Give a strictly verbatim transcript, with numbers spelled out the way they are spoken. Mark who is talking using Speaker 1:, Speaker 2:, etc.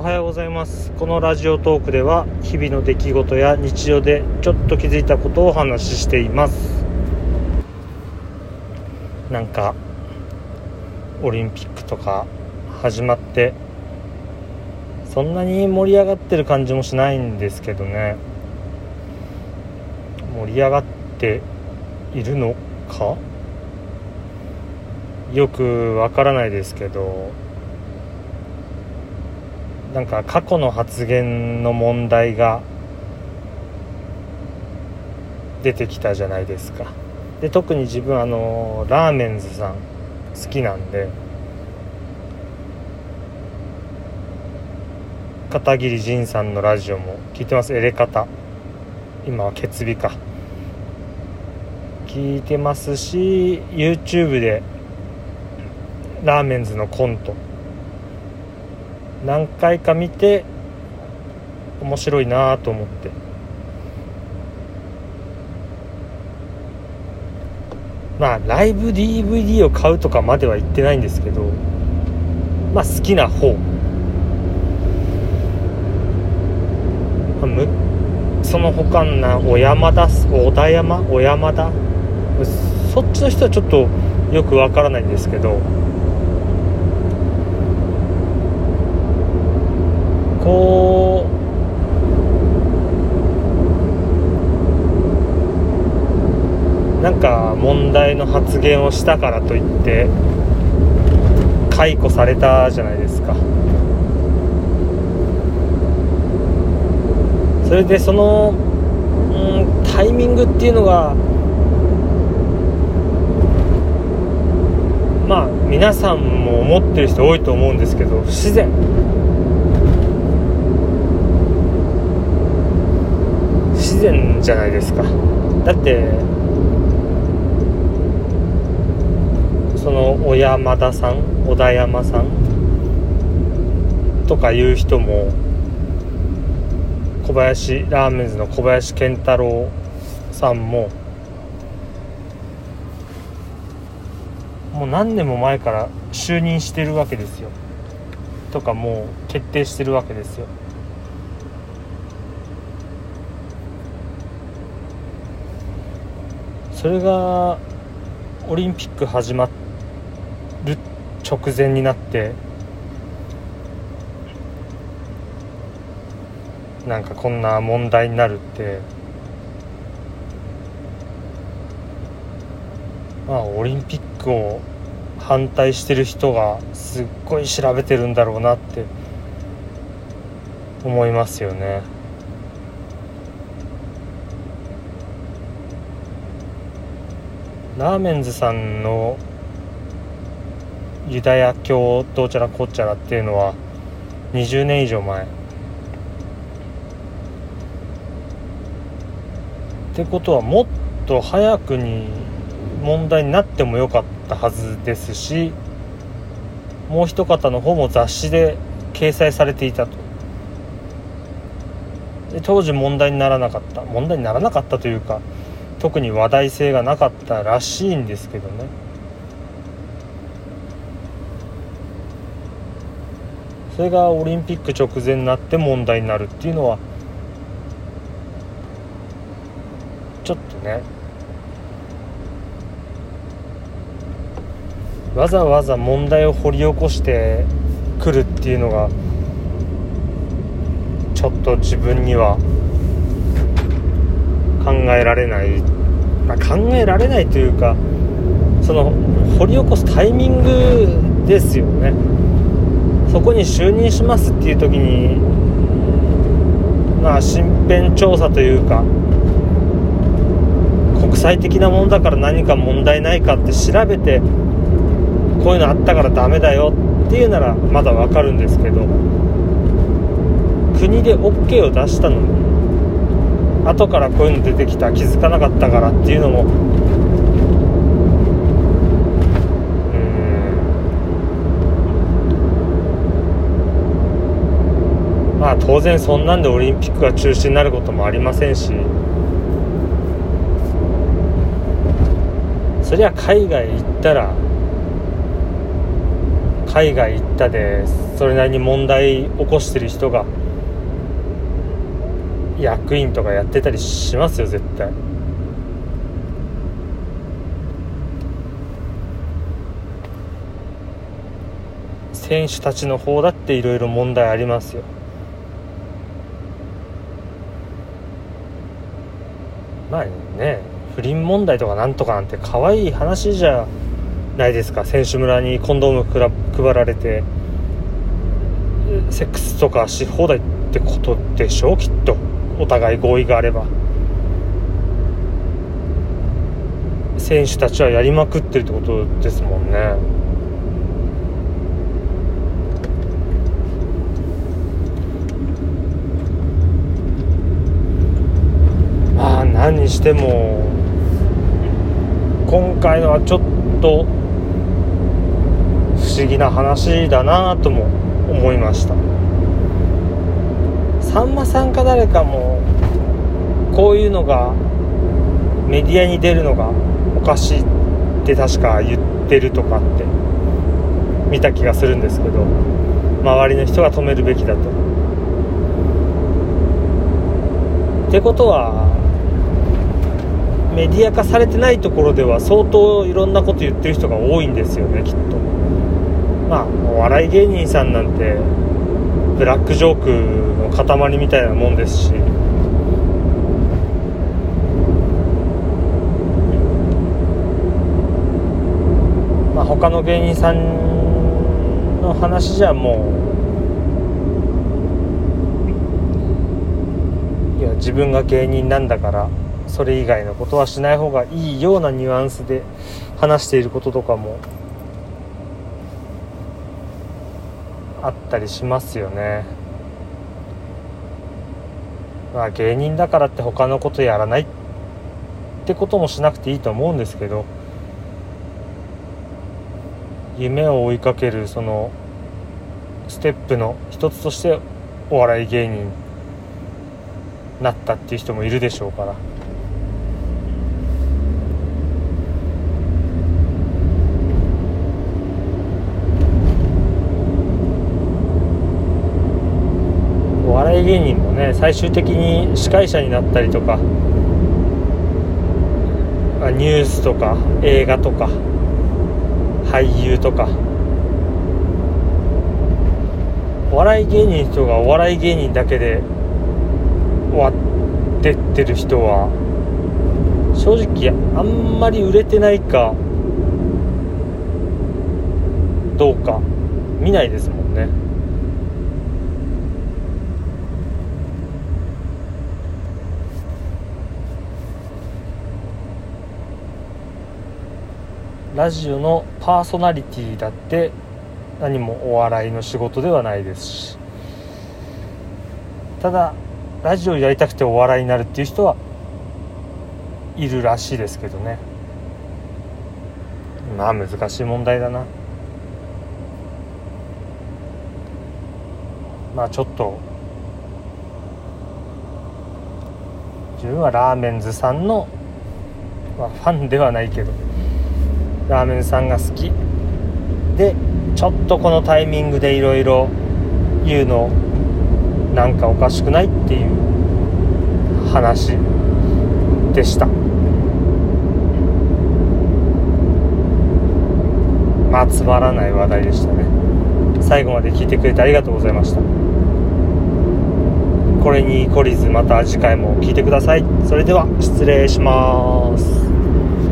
Speaker 1: はようございます。このラジオトークでは日々の出来事や日常でちょっと気づいたことをお話ししています。なんかオリンピックとか始まってそんなに盛り上がってる感じもしないんですけどね。盛り上がっているのかよくわからないですけど、なんか過去の発言の問題が出てきたじゃないですか。で特に自分あのラーメンズさん好きなんで、片桐仁さんのラジオも聞いてます。エレカタ、今は決日か聞いてますし、 YouTube でラーメンズのコント何回か見て面白いなと思って、まあライブ ディーブイディー を買うとかまでは言ってないんですけど、まあ好きな方、むその他な小山田小田山小山田そっちの人はちょっとよくわからないんですけど、こうなんか問題の発言をしたからといって解雇されたじゃないですか。それでその、うん、タイミングっていうのがまあ皆さんも思ってる人多いと思うんですけど、不自然不自然じゃないですか。だってその小山田さん小田山さんとかいう人も、小林ラーメンズの小林健太郎さんももう何年も前から就任してるわけですよ、とかもう決定してるわけですよ。それがオリンピック始まる直前になってなんかこんな問題になるって、まあオリンピックを反対してる人がすっごい調べてるんだろうなって思いますよね。ラーメンズさんのユダヤ教どうちゃらこっちゃらっていうのはにじゅうねん以上前ってことは、もっと早くに問題になってもよかったはずですし、もう一方の方も雑誌で掲載されていたと。で当時問題にならなかった問題にならなかったというか、特に話題性がなかったらしいんですけどね。それがオリンピック直前になって問題になるっていうのはちょっとね、わざわざ問題を掘り起こしてくるっていうのがちょっと自分には考えられない、まあ、考えられないというか、その掘り起こすタイミングですよね。そこに就任しますっていう時に、まあ身辺調査というか国際的なものだから何か問題ないかって調べて、こういうのあったからダメだよっていうならまだわかるんですけど、国で OK を出したのに後からこういうの出てきた、気づかなかったからっていうのも、うーんまあ当然そんなんでオリンピックが中止になることもありませんし、そりゃ海外行ったら海外行ったでそれなりに問題起こしてる人が役員とかやってたりしますよ絶対。選手たちの方だっていろいろ問題ありますよ。まあね、不倫問題とかなんとかなんて可愛い話じゃないですか。選手村にコンドーム配られてセックスとかし放題ってことでしょうきっと。お互い合意があれば。選手たちはやりまくってるってことですもんね。まあ何にしても今回のはちょっと不思議な話だなとも思いました。さんまさんか誰かもこういうのがメディアに出るのがおかしいって確か言ってるとかって見た気がするんですけど、周りの人が止めるべきだと。ってことはメディア化されてないところでは相当いろんなこと言ってる人が多いんですよねきっと。まあお笑い芸人さんなんてブラックジョークの塊みたいなもんですし、まあ他の芸人さんの話じゃもういや自分が芸人なんだからそれ以外のことはしない方がいいようなニュアンスで話していることとかもあったりしますよね。まあ芸人だからって他のことやらないってこともしなくていいと思うんですけど、夢を追いかけるそのステップの一つとしてお笑い芸人になったっていう人もいるでしょうから。お笑い芸人もね最終的に司会者になったりとかニュースとか映画とか俳優とか、お笑い芸人の人がお笑い芸人だけで終わってってる人は正直あんまり売れてないかどうか見ないですもんね。ラジオのパーソナリティだって何もお笑いの仕事ではないですし、ただラジオやりたくてお笑いになるっていう人はいるらしいですけどね。まあ難しい問題だな。まあちょっと自分はラーメンズさんの、まあ、ファンではないけどラーメンさんが好きで、ちょっとこのタイミングでいろいろ言うのなんかおかしくないっていう話でした。まあつまらない話題でしたね。最後まで聞いてくれてありがとうございました。これに懲りずまた次回も聞いてください。それでは失礼します。